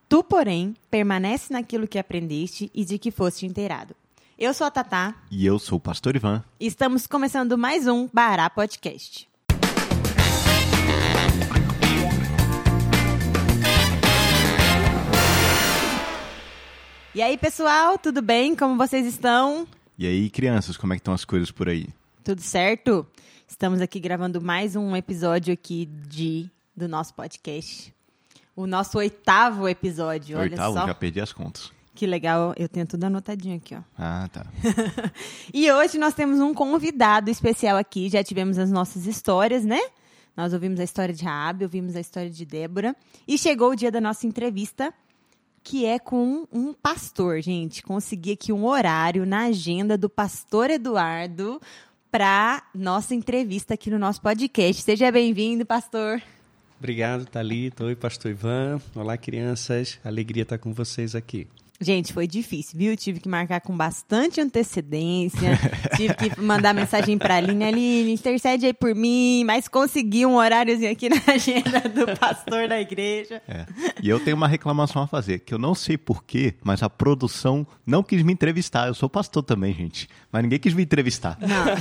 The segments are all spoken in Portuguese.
Tu, porém, permanece naquilo que aprendeste e de que foste inteirado. Eu sou a Tatá. E eu sou o Pastor Ivan. E estamos começando mais um Bará Podcast. E aí, pessoal, tudo bem? Como vocês estão? E aí, crianças, como é que estão as coisas por aí? Tudo certo? Estamos aqui gravando mais um episódio aqui do nosso podcast. O nosso 8º episódio, olha só. Já perdi as contas. Que legal, eu tenho tudo anotadinho aqui, ó. Ah, tá. E hoje nós temos um convidado especial aqui, já tivemos as nossas histórias, né? Nós ouvimos a história de Raabe, ouvimos a história de Débora. E chegou o dia da nossa entrevista, que é com um pastor, gente. Consegui aqui um horário na agenda do pastor Eduardo para nossa entrevista aqui no nosso podcast. Seja bem-vindo, pastor. Obrigado, Thalita. Oi, pastor Ivan. Olá, crianças. Alegria estar com vocês aqui. Gente, foi difícil, viu? Tive que marcar com bastante antecedência, tive que mandar mensagem pra Aline, intercede aí por mim, mas consegui um horáriozinho aqui na agenda do pastor da igreja. E eu tenho uma reclamação a fazer, que eu não sei porquê, mas a produção não quis me entrevistar. Eu sou pastor também, gente, mas ninguém quis me entrevistar.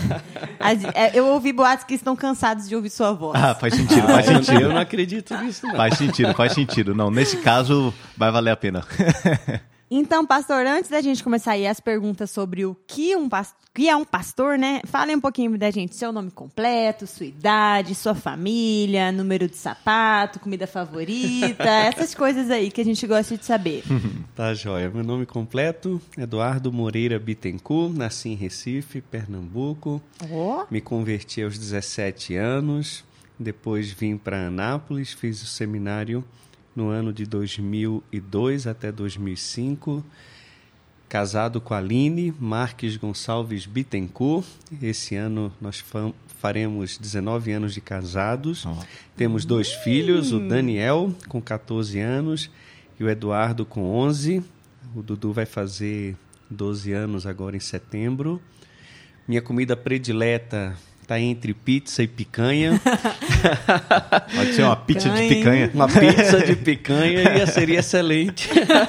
Não. Eu ouvi boatos que estão cansados de ouvir sua voz. Ah, faz sentido, faz sentido. Eu não acredito nisso, não. Faz sentido. Não, nesse caso, vai valer a pena. Então, pastor, antes da gente começar aí as perguntas sobre o que é um pastor, né? Fale um pouquinho da gente, seu nome completo, sua idade, sua família, número de sapato, comida favorita, essas coisas aí que a gente gosta de saber. Tá, joia. Meu nome completo, Eduardo Moreira Bittencourt, nasci em Recife, Pernambuco. Me converti aos 17 anos, depois vim para Anápolis, fiz o seminário no ano de 2002 até 2005, casado com a Aline Marques Gonçalves Bittencourt. Esse ano nós faremos 19 anos de casados. Temos 2 filhos, o Daniel com 14 anos e o Eduardo com 11. O Dudu vai fazer 12 anos agora em setembro. Minha comida predileta está entre pizza e picanha. Pode ser uma pizza de picanha. Uma pizza de picanha seria excelente.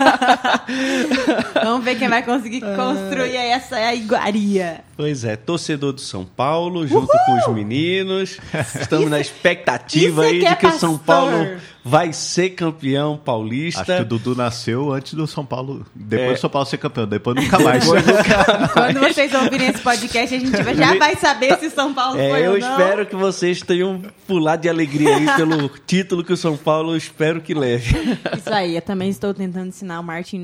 Vamos ver quem vai conseguir construir essa iguaria. Pois é, torcedor do São Paulo, junto com os meninos. Estamos na expectativa aí de que o São Paulo vai ser campeão paulista. Acho que o Dudu nasceu antes do São Paulo. Depois do São Paulo ser campeão, depois nunca mais. Quando vocês ouvirem esse podcast, a gente já vai saber se o São Paulo foi ou não. Eu espero que vocês tenham pulado de alegria aí pelo título que o São Paulo espero que leve. Isso aí, eu também estou tentando ensinar o Martin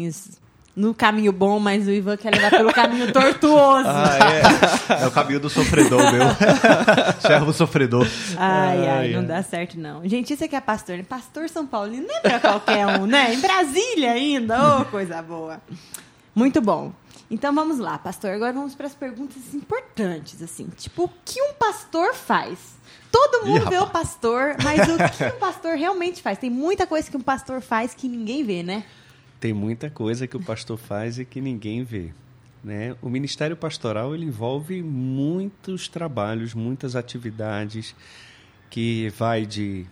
no caminho bom, mas o Ivan quer levar pelo caminho tortuoso. É o caminho do sofredor, meu. Servo sofredor. Ai, não dá certo, não. Gente, isso aqui é pastor, né? Pastor São Paulino não é pra qualquer um, né? Em Brasília ainda, coisa boa. Muito bom. Então, vamos lá, pastor. Agora vamos para as perguntas importantes, assim. Tipo, o que um pastor faz? Todo mundo vê o pastor, mas o que um pastor realmente faz? Tem muita coisa que um pastor faz que ninguém vê, né? Tem muita coisa que o pastor faz e que ninguém vê, né? O ministério pastoral ele envolve muitos trabalhos, muitas atividades, que vai de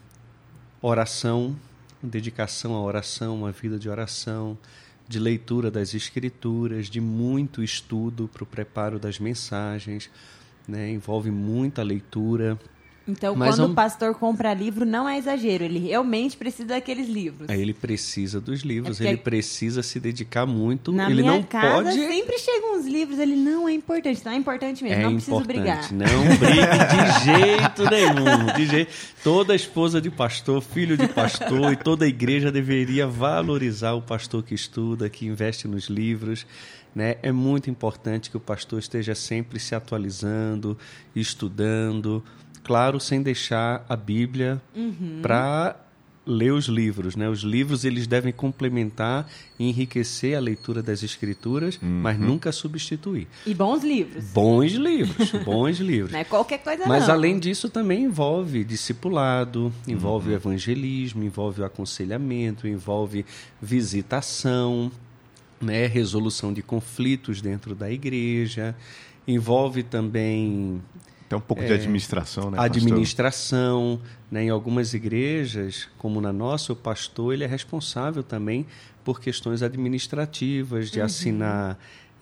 oração, dedicação à oração, uma vida de oração, de leitura das escrituras, de muito estudo para o preparo das mensagens, né? Envolve muita leitura. Então, quando o pastor compra livro, não é exagero. Ele realmente precisa daqueles livros. Ele precisa dos livros, ele precisa se dedicar muito. Na ele minha não casa pode... sempre chegam uns livros, ele não é importante. Não é importante mesmo, não preciso brigar. Não brigue de jeito nenhum. De jeito... Toda esposa de pastor, filho de pastor e toda a igreja deveria valorizar o pastor que estuda, que investe nos livros. Né? É muito importante que o pastor esteja sempre se atualizando, estudando. Claro, sem deixar a Bíblia para ler os livros, né? Os livros eles devem complementar e enriquecer a leitura das Escrituras, mas nunca substituir. E bons livros. Bons livros. Não é qualquer coisa mas não. Além disso também envolve discipulado, envolve o evangelismo, envolve o aconselhamento, envolve visitação, né? Resolução de conflitos dentro da igreja, envolve também Tem um pouco de administração, né, administração, né? Em algumas igrejas, como na nossa, o pastor ele é responsável também por questões administrativas, de assinar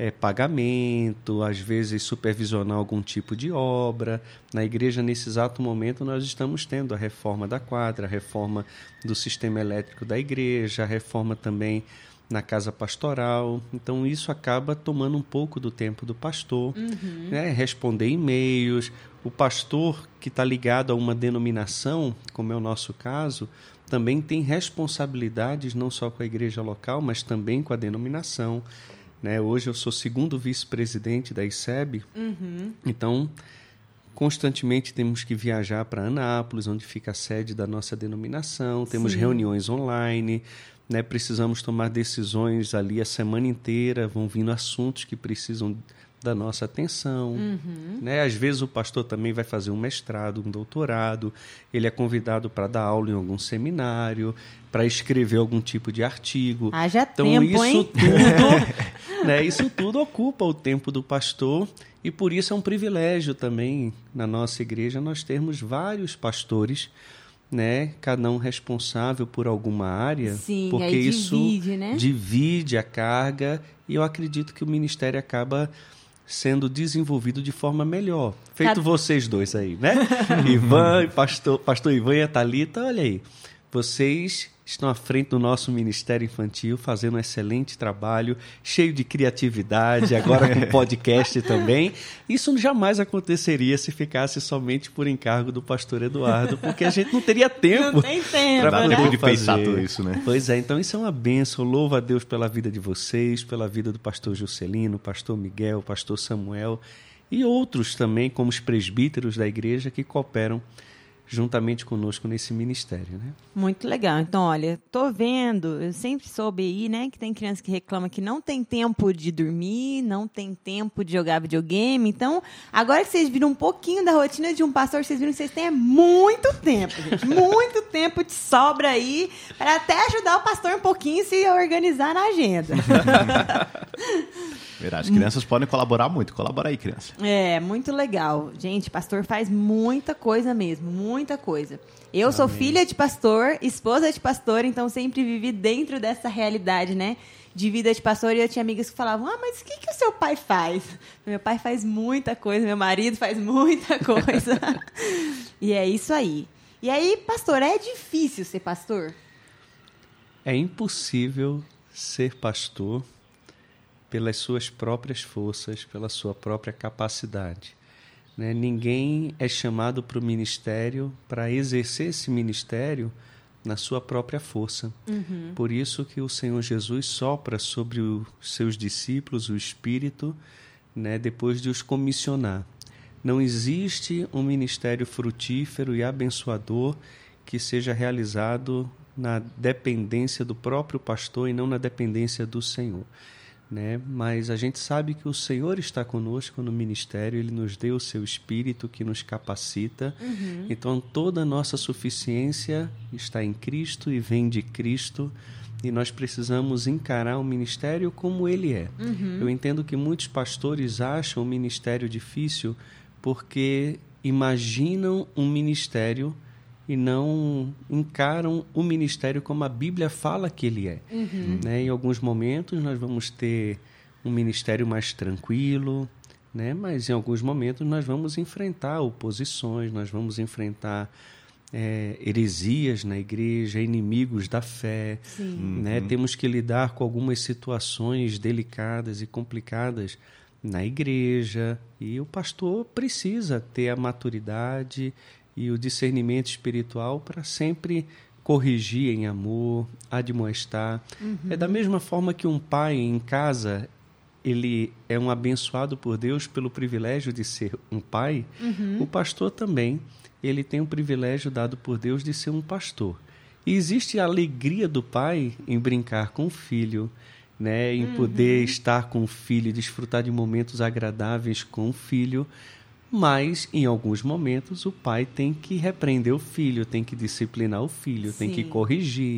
pagamento, às vezes supervisionar algum tipo de obra. Na igreja, nesse exato momento, nós estamos tendo a reforma da quadra, a reforma do sistema elétrico da igreja, a reforma também na casa pastoral. Então, isso acaba tomando um pouco do tempo do pastor, né? Responder e-mails. O pastor que está ligado a uma denominação, como é o nosso caso, também tem responsabilidades não só com a igreja local, mas também com a denominação, né? Hoje eu sou segundo vice-presidente da ICEB, então constantemente temos que viajar para Anápolis, onde fica a sede da nossa denominação, temos reuniões online, né? Precisamos tomar decisões ali a semana inteira, vão vindo assuntos que precisam da nossa atenção, né? Às vezes o pastor também vai fazer um mestrado, um doutorado, ele é convidado para dar aula em algum seminário, para escrever algum tipo de artigo. Haja então, tempo, isso hein? tudo, né? Isso tudo ocupa o tempo do pastor e por isso é um privilégio também na nossa igreja nós termos vários pastores, né? Cada um responsável por alguma área. Sim, porque aí isso divide, né? divide a carga e eu acredito que o ministério acaba sendo desenvolvido de forma melhor. Feito vocês dois aí, né? Ivan, pastor Ivan e a Thalita, olha aí. Vocês estão à frente do nosso Ministério Infantil, fazendo um excelente trabalho, cheio de criatividade, agora com podcast também. Isso jamais aconteceria se ficasse somente por encargo do pastor Eduardo, porque a gente não teria tempo. Não tem tempo, para né? poder pensar fazer tudo isso, né? Pois é, então isso é uma bênção. Louvo a Deus pela vida de vocês, pela vida do pastor Juscelino, pastor Miguel, pastor Samuel e outros também, como os presbíteros da igreja que cooperam juntamente conosco nesse ministério, né? Muito legal. Então, olha, tô vendo, eu sempre soube aí, né, que tem criança que reclama que não tem tempo de dormir, não tem tempo de jogar videogame. Então, agora que vocês viram um pouquinho da rotina de um pastor, vocês viram que vocês têm muito tempo, gente. Muito tempo de sobra aí, para até ajudar o pastor um pouquinho a se organizar na agenda. As crianças podem colaborar muito. Colabora aí, criança. É, muito legal. Gente, pastor faz muita coisa mesmo, muita coisa. Eu sou filha de pastor, esposa de pastor, então sempre vivi dentro dessa realidade, né? De vida de pastor, e eu tinha amigas que falavam, mas o que o seu pai faz? Meu pai faz muita coisa, meu marido faz muita coisa. E é isso aí. E aí, pastor, é difícil ser pastor? É impossível ser pastor pelas suas próprias forças, pela sua própria capacidade, né? Ninguém é chamado para o ministério, para exercer esse ministério na sua própria força. Por isso que o Senhor Jesus sopra sobre os seus discípulos o Espírito, né, depois de os comissionar. Não existe um ministério frutífero e abençoador que seja realizado na dependência do próprio pastor e não na dependência do Senhor, né? Mas a gente sabe que o Senhor está conosco no ministério, Ele nos deu o seu Espírito que nos capacita. Então toda a nossa suficiência está em Cristo e vem de Cristo, e nós precisamos encarar o ministério como ele é. Eu entendo que muitos pastores acham o ministério difícil porque imaginam um ministério e não encaram o ministério como a Bíblia fala que ele é. Né? Em alguns momentos nós vamos ter um ministério mais tranquilo, né? Mas em alguns momentos nós vamos enfrentar oposições, nós vamos enfrentar heresias na igreja, inimigos da fé. Né? Temos que lidar com algumas situações delicadas e complicadas na igreja, e o pastor precisa ter a maturidade e o discernimento espiritual para sempre corrigir em amor, admoestar. É da mesma forma que um pai em casa, ele é um abençoado por Deus pelo privilégio de ser um pai, o pastor também, ele tem o privilégio dado por Deus de ser um pastor. E existe a alegria do pai em brincar com o filho, né, em poder estar com o filho, desfrutar de momentos agradáveis com o filho. Mas, em alguns momentos, o pai tem que repreender o filho, tem que disciplinar o filho, tem que corrigir,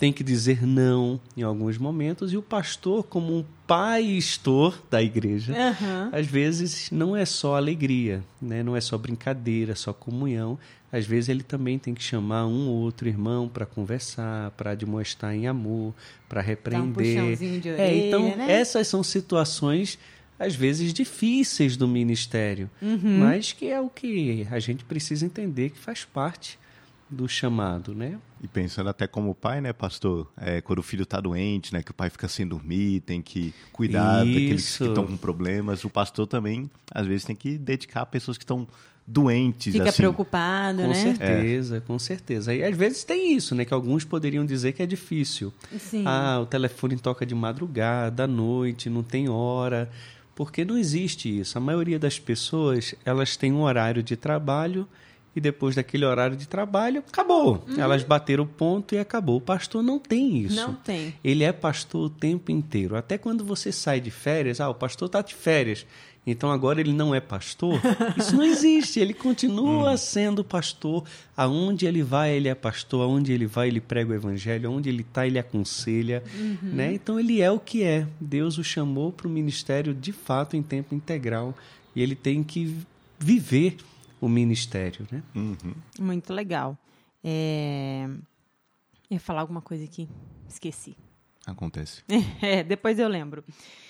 tem que dizer não em alguns momentos, e o pastor, como um pastor da igreja, às vezes não é só alegria, né? Não é só brincadeira, só comunhão. Às vezes ele também tem que chamar um ou outro irmão para conversar, para demonstrar em amor, para repreender. Dá um puxãozinho de orelha, então, né? essas são situações, às vezes, difíceis do ministério, mas que é o que a gente precisa entender que faz parte do chamado, né? E pensando até como pai, né, pastor? Quando o filho está doente, né, que o pai fica sem dormir, tem que cuidar daqueles que estão com problemas. O pastor também, às vezes, tem que dedicar a pessoas que estão doentes. Fica assim. preocupado, Com né? certeza, com certeza. E às vezes tem isso, né? Que alguns poderiam dizer que é difícil. Sim. O telefone toca de madrugada, à noite, não tem hora. Porque não existe isso. A maioria das pessoas, elas têm um horário de trabalho e depois daquele horário de trabalho, acabou. Elas bateram o ponto e acabou. O pastor não tem isso. Não tem. Ele é pastor o tempo inteiro. Até quando você sai de férias, o pastor está de férias, então agora ele não é pastor. Isso não existe. Ele continua sendo pastor. Aonde ele vai, ele é pastor. Aonde ele vai, ele prega o evangelho. Aonde ele está, ele aconselha. Né? Então ele é o que é. Deus o chamou para o ministério de fato em tempo integral. E ele tem que viver o ministério, né? Muito legal. Eu ia falar alguma coisa aqui, esqueci. Acontece. Depois eu lembro.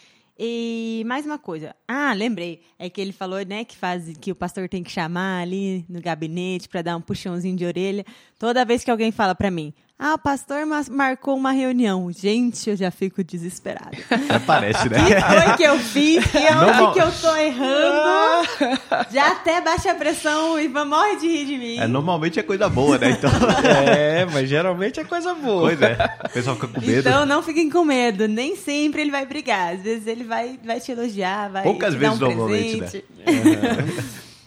E mais uma coisa. Lembrei. É que ele falou, né, que o pastor tem que chamar ali no gabinete para dar um puxãozinho de orelha. Toda vez que alguém fala para mim, o pastor marcou uma reunião. Gente, eu já fico desesperada. Parece, né? O que foi que eu fiz? E onde que eu tô errando? Já até baixa a pressão e morre de rir de mim. Normalmente é coisa boa, né? Então... mas geralmente é coisa boa. Pois é. O pessoal fica com medo. Então não fiquem com medo. Nem sempre ele vai brigar. Às vezes ele vai te elogiar, vai Poucas te vezes dar um normalmente, presente. né?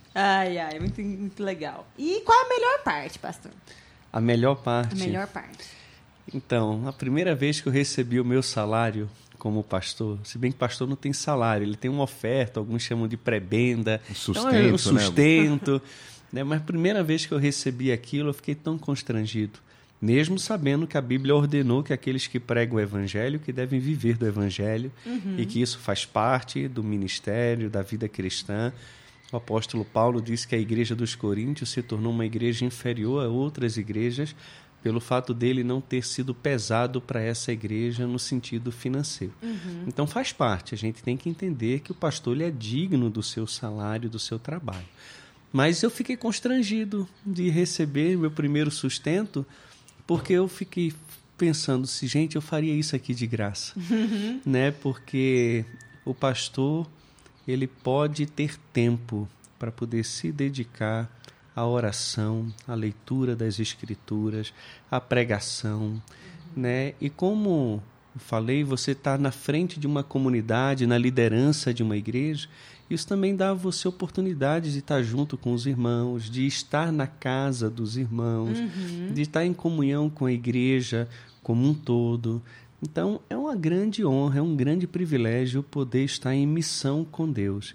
Ai, muito, muito legal. E qual é a melhor parte, pastor? A melhor parte? A melhor parte. Então, a primeira vez que eu recebi o meu salário como pastor, se bem que pastor não tem salário, ele tem uma oferta, alguns chamam de prebenda. Sustento, sustento. Né? Mas a primeira vez que eu recebi aquilo, eu fiquei tão constrangido. Mesmo sabendo que a Bíblia ordenou que aqueles que pregam o Evangelho, que devem viver do Evangelho, e que isso faz parte do ministério, da vida cristã. O apóstolo Paulo disse que a igreja dos Coríntios se tornou uma igreja inferior a outras igrejas pelo fato dele não ter sido pesado para essa igreja no sentido financeiro. Então faz parte, a gente tem que entender que o pastor ele é digno do seu salário, do seu trabalho. Mas eu fiquei constrangido de receber meu primeiro sustento, porque eu fiquei pensando, gente, eu faria isso aqui de graça. Né? Porque o pastor ele pode ter tempo para poder se dedicar à oração, à leitura das Escrituras, à pregação, né? E como eu falei, você está na frente de uma comunidade, na liderança de uma igreja, isso também dá a você oportunidade de estar junto com os irmãos, de estar na casa dos irmãos, de estar em comunhão com a igreja como um todo. Então, é uma grande honra, é um grande privilégio poder estar em missão com Deus.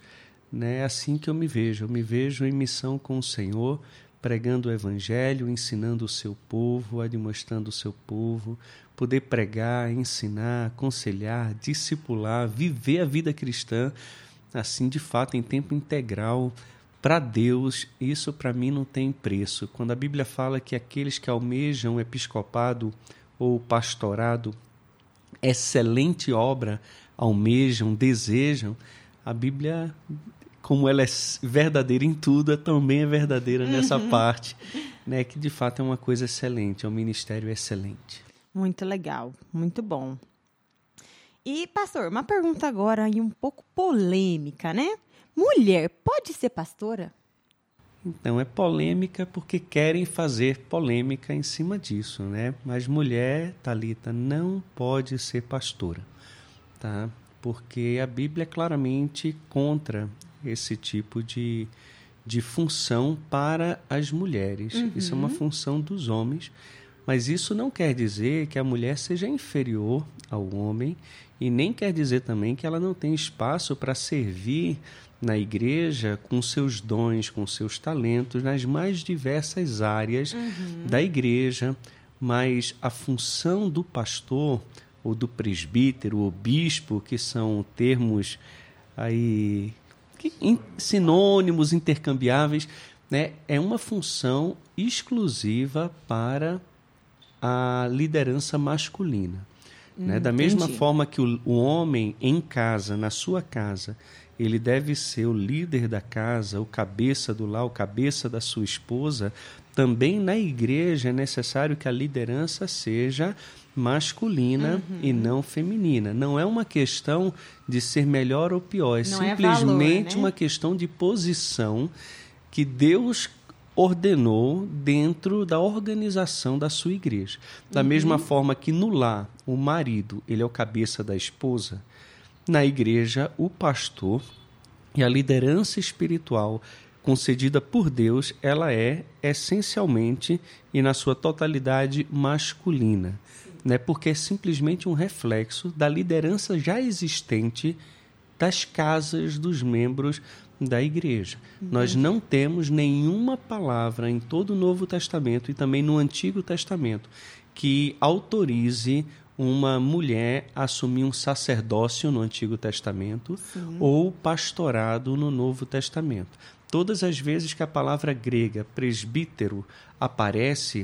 É assim que eu me vejo em missão com o Senhor, pregando o Evangelho, ensinando o seu povo, admoestando o seu povo, poder pregar, ensinar, aconselhar, discipular, viver a vida cristã, assim, de fato, em tempo integral, para Deus. Isso, para mim, não tem preço. Quando a Bíblia fala que aqueles que almejam episcopado ou pastorado, excelente obra, almejam, desejam, a Bíblia, como ela é verdadeira em tudo, também é verdadeira nessa parte, né? Que de fato é uma coisa excelente, é um ministério excelente. Muito legal, muito bom. E, pastor, uma pergunta agora aí um pouco polêmica, né? Mulher pode ser pastora? Então, é polêmica porque querem fazer polêmica em cima disso, né? Mas mulher, Thalita, não pode ser pastora, tá? Porque a Bíblia é claramente contra esse tipo de função para as mulheres. Isso é uma função dos homens, mas isso não quer dizer que a mulher seja inferior ao homem e nem quer dizer também que ela não tem espaço para servir na igreja com seus dons, com seus talentos, nas mais diversas áreas da igreja, mas a função do pastor, ou do presbítero, ou bispo, que são termos aí, sinônimos, intercambiáveis, né? É uma função exclusiva para a liderança masculina. Né? Da mesma forma que o homem em casa, na sua casa, ele deve ser o líder da casa, o cabeça do lar, o cabeça da sua esposa, também na igreja é necessário que a liderança seja masculina e não feminina. Não é uma questão de ser melhor ou pior, é simplesmente uma questão de posição que Deus ordenou dentro da organização da sua igreja. Da mesma forma que no lar, o marido ele é o cabeça da esposa, na igreja, o pastor e a liderança espiritual concedida por Deus, ela é essencialmente e na sua totalidade masculina, né? Porque é simplesmente um reflexo da liderança já existente das casas dos membros da igreja. Nós não temos nenhuma palavra em todo o Novo Testamento e também no Antigo Testamento que autorize uma mulher a assumir um sacerdócio no Antigo Testamento ou pastorado no Novo Testamento. Todas as vezes que a palavra grega presbítero aparece,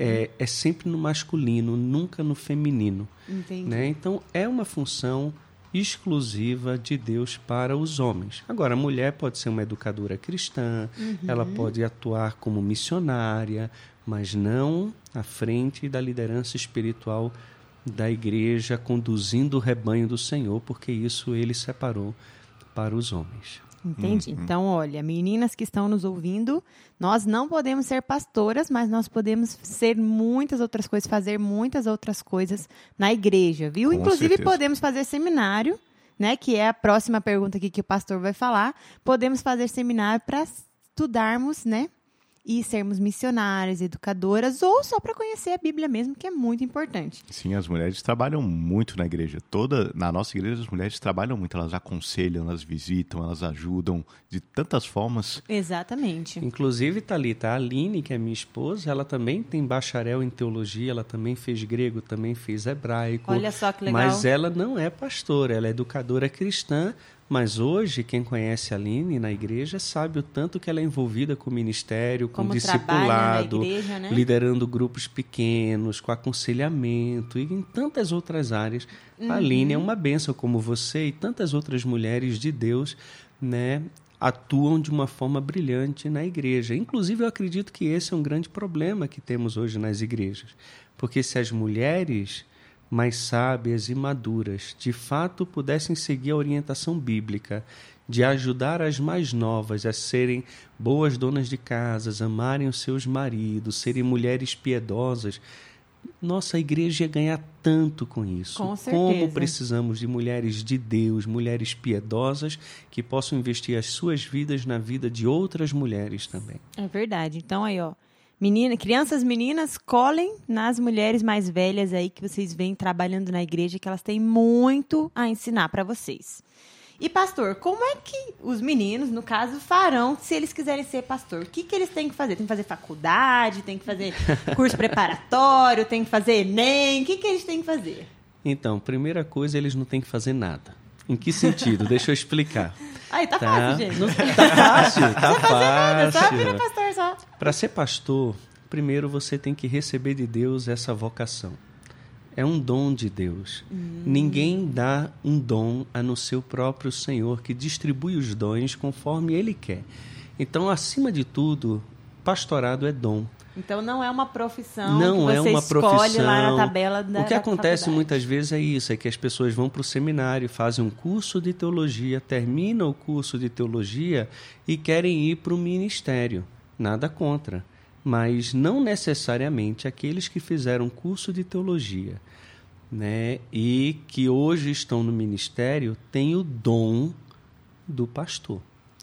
é sempre no masculino, nunca no feminino. Né? Então, é uma função exclusiva de Deus para os homens. Agora, a mulher pode ser uma educadora cristã, ela pode atuar como missionária, mas não à frente da liderança espiritual da igreja, conduzindo o rebanho do Senhor, porque isso ele separou para os homens. Entendi. Então, olha, meninas que estão nos ouvindo, nós não podemos ser pastoras, mas nós podemos ser muitas outras coisas, fazer muitas outras coisas na igreja, viu? Inclusive, podemos fazer seminário, né? Que é a próxima pergunta aqui que o pastor vai falar. Podemos fazer seminário para estudarmos, né? E sermos missionárias, educadoras, ou só para conhecer a Bíblia mesmo, que é muito importante. Sim, as mulheres trabalham muito na igreja. Na nossa igreja, as mulheres trabalham muito. Elas aconselham, elas visitam, elas ajudam de tantas formas. Exatamente. Inclusive, Thalita, a Aline, que é minha esposa, ela também tem bacharel em teologia, ela também fez grego, também fez hebraico. Olha só que legal. Mas ela não é pastora, ela é educadora cristã. Mas hoje, quem conhece a Aline na igreja sabe o tanto que ela é envolvida com o ministério, com o discipulado, igreja, né? Liderando grupos pequenos, com aconselhamento e em tantas outras áreas. A Aline é uma bênção, como você e tantas outras mulheres de Deus, né, atuam de uma forma brilhante na igreja. Inclusive, eu acredito que esse é um grande problema que temos hoje nas igrejas. Porque se as mulheres mais sábias e maduras, de fato pudessem seguir a orientação bíblica de ajudar as mais novas a serem boas donas de casas, amarem os seus maridos, serem mulheres piedosas, nossa igreja ia ganhar tanto com isso. Com certeza. Como precisamos de mulheres de Deus, mulheres piedosas que possam investir as suas vidas na vida de outras mulheres também. É verdade. Então aí, ó, crianças meninas, colhem nas mulheres mais velhas aí que vocês vêm trabalhando na igreja, que elas têm muito a ensinar para vocês. E, pastor, como é que os meninos, no caso, farão se eles quiserem ser pastor? O que eles têm que fazer? Tem que fazer faculdade, tem que fazer curso preparatório, tem que fazer Enem? O que eles têm que fazer? Então, primeira coisa, eles não têm que fazer nada. Em que sentido? Deixa eu explicar. Aí, tá fácil, gente. Não, tá fácil, tá fácil. Nada, só vira pastor, só. Para ser pastor, primeiro você tem que receber de Deus essa vocação. É um dom de Deus. Ninguém dá um dom a no seu próprio Senhor, que distribui os dons conforme Ele quer. Então, acima de tudo, pastorado é dom. Então, não é uma profissão não que é você uma escolhe profissão. lá na tabela da O que acontece faculdade. muitas vezes é isso, é que as pessoas vão para o seminário, fazem um curso de teologia, terminam o curso de teologia e querem ir para o ministério. Nada contra. Mas não necessariamente aqueles que fizeram curso de teologia, né, e que hoje estão no ministério têm o dom do pastor.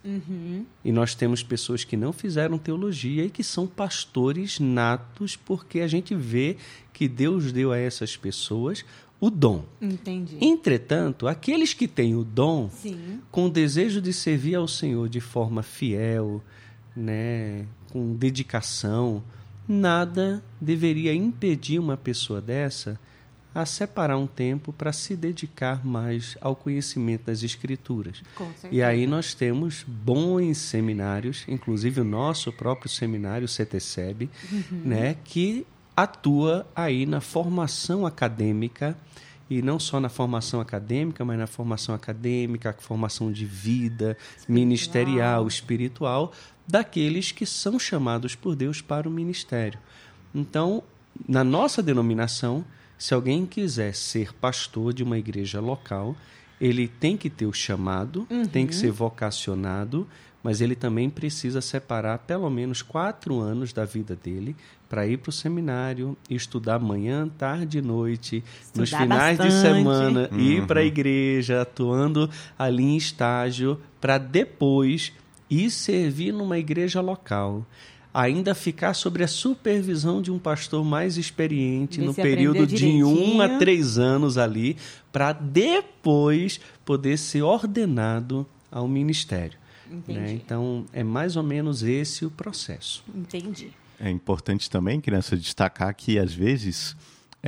E nós temos pessoas que não fizeram teologia e que são pastores natos, porque a gente vê que Deus deu a essas pessoas o dom. Entendi. Entretanto, aqueles que têm o dom, Sim. com o desejo de servir ao Senhor de forma fiel, né, com dedicação, nada deveria impedir uma pessoa dessa a separar um tempo para se dedicar mais ao conhecimento das Escrituras. Com certeza. E aí nós temos bons seminários, inclusive o nosso próprio seminário, o CTCEB, né, que atua aí na formação acadêmica, e não só na formação acadêmica, mas na formação acadêmica, formação de vida, ministerial, espiritual, daqueles que são chamados por Deus para o ministério. Então, na nossa denominação, se alguém quiser ser pastor de uma igreja local, ele tem que ter o chamado, tem que ser vocacionado, mas ele também precisa separar pelo menos 4 anos da vida dele para ir para o seminário, estudar manhã, tarde e noite, estudar nos finais de semana, ir para a igreja, atuando ali em estágio, para depois ir servir numa igreja local. Ainda ficar sobre a supervisão de um pastor mais experiente no período de 1 a 3 anos ali, para depois poder ser ordenado ao ministério. Né? Então, é mais ou menos esse o processo. Entendi. É importante também, criança, destacar que, às vezes,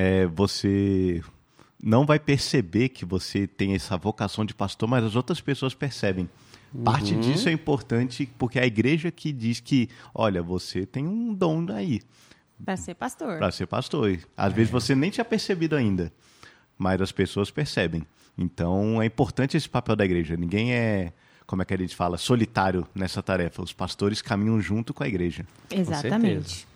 você não vai perceber que você tem essa vocação de pastor, mas as outras pessoas percebem. Parte disso é importante porque é a igreja que diz que, olha, você tem um dom aí. Para ser pastor. Para ser pastor. Às vezes você nem tinha percebido ainda, mas as pessoas percebem. Então é importante esse papel da igreja. Ninguém é, como é que a gente fala, solitário nessa tarefa. Os pastores caminham junto com a igreja. Exatamente.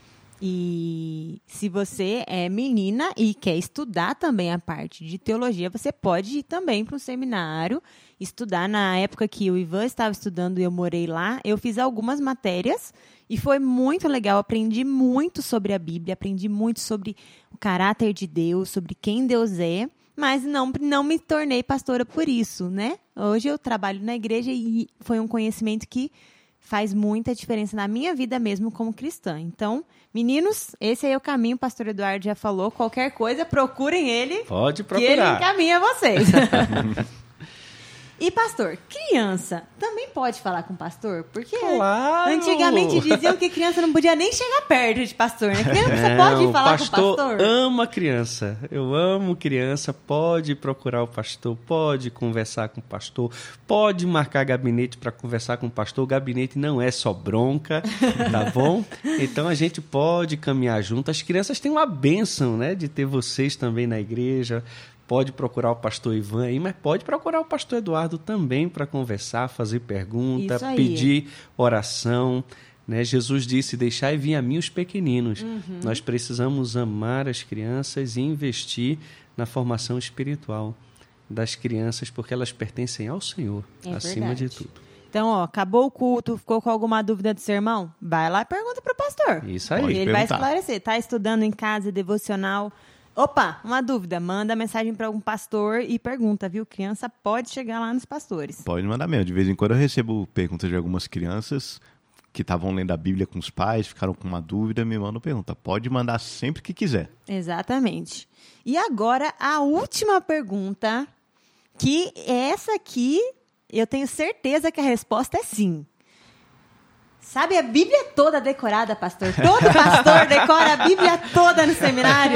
E se você é menina e quer estudar também a parte de teologia, você pode ir também para um seminário, estudar. Na época que o Ivan estava estudando e eu morei lá, eu fiz algumas matérias e foi muito legal. Aprendi muito sobre a Bíblia, aprendi muito sobre o caráter de Deus, sobre quem Deus é, mas não me tornei pastora por isso, né? Hoje eu trabalho na igreja e foi um conhecimento que faz muita diferença na minha vida mesmo como cristã. Então, meninos, esse aí é o caminho, o pastor Eduardo já falou. Qualquer coisa, procurem ele. Pode procurar. Que ele encaminha vocês. E, pastor, criança também pode falar com o pastor? Porque antigamente diziam que criança não podia nem chegar perto de pastor, né? Criança pode falar com o pastor? Pastor ama criança. Eu amo criança. Pode procurar o pastor, pode conversar com o pastor, pode marcar gabinete para conversar com o pastor. O gabinete não é só bronca, tá bom? Então, a gente pode caminhar junto. As crianças têm uma bênção, né, de ter vocês também na igreja. Pode procurar o pastor Ivan aí, mas pode procurar o pastor Eduardo também para conversar, fazer pergunta, pedir oração. Né? Jesus disse, deixai vir a mim os pequeninos. Nós precisamos amar as crianças e investir na formação espiritual das crianças, porque elas pertencem ao Senhor, acima de tudo. Então, acabou o culto, ficou com alguma dúvida do sermão? Vai lá e pergunta para o pastor. Isso aí. Ele vai esclarecer. Está estudando em casa, devocional... Opa, uma dúvida, manda mensagem para algum pastor e pergunta, viu? Criança pode chegar lá nos pastores. Pode mandar mesmo. De vez em quando eu recebo perguntas de algumas crianças que estavam lendo a Bíblia com os pais, ficaram com uma dúvida, me mandam pergunta. Pode mandar sempre que quiser. Exatamente. E agora, a última pergunta, que essa aqui, eu tenho certeza que a resposta é sim. Sabe a Bíblia toda decorada, pastor? Todo pastor decora a Bíblia toda no seminário?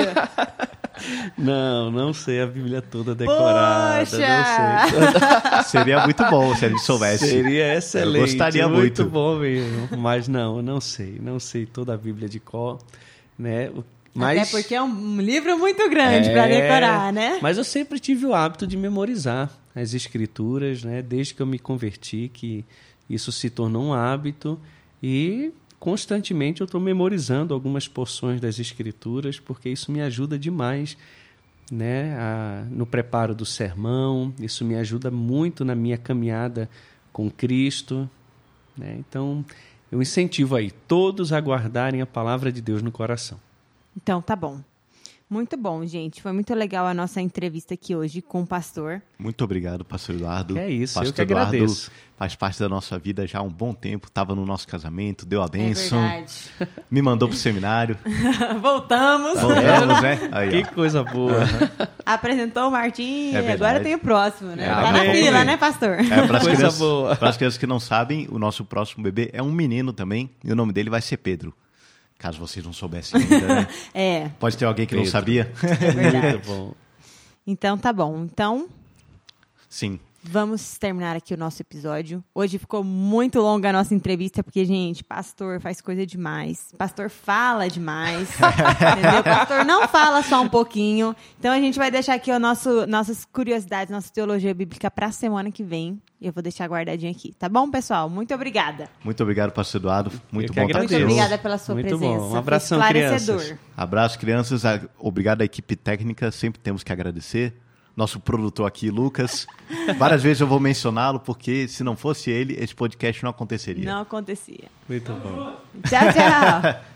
Não sei a Bíblia toda decorada. Poxa! Não sei. Seria muito bom se a gente soubesse. Seria excelente. Eu gostaria muito. Muito bom mesmo. Mas não sei toda a Bíblia de cor, né? Mas, até porque é um livro muito grande para decorar, né? Mas eu sempre tive o hábito de memorizar as escrituras, né? Desde que eu me converti, que isso se tornou um hábito. E constantemente eu estou memorizando algumas porções das escrituras, porque isso me ajuda demais, né, no preparo do sermão, isso me ajuda muito na minha caminhada com Cristo. Né? Então, eu incentivo aí todos a guardarem a palavra de Deus no coração. Então, tá bom. Muito bom, gente. Foi muito legal a nossa entrevista aqui hoje com o pastor. Muito obrigado, pastor Eduardo. É isso, pastor eu que agradeço. Eduardo faz parte da nossa vida já há um bom tempo, estava no nosso casamento, deu a bênção. É verdade. Me mandou pro seminário. Voltamos, né? Aí, que coisa boa. Apresentou o Martim e verdade. agora tem o próximo, né? Tá Amém. na fila, né, pastor? Para as crianças que não sabem, o nosso próximo bebê é um menino também, e o nome dele vai ser Pedro. Caso vocês não soubessem ainda, né? Pode ter alguém que não sabia. É verdade. Muito bom. Então, tá bom. Então, sim. Vamos terminar aqui o nosso episódio. Hoje ficou muito longa a nossa entrevista, porque, gente, pastor faz coisa demais. Pastor fala demais. Entendeu? Pastor não fala só um pouquinho. Então, a gente vai deixar aqui nossas curiosidades, nossa teologia bíblica para a semana que vem. Eu vou deixar guardadinho aqui. Tá bom, pessoal? Muito obrigada. Muito obrigado, pastor Eduardo. Muito bom estar aqui. Muito obrigada pela sua muito presença. Bom. Um abração, crianças. Abraço, crianças. Obrigado à equipe técnica. Sempre temos que agradecer. Nosso produtor aqui, Lucas. Várias vezes eu vou mencioná-lo, porque se não fosse ele, esse podcast não aconteceria. Não acontecia. Muito bom. Tchau, tchau.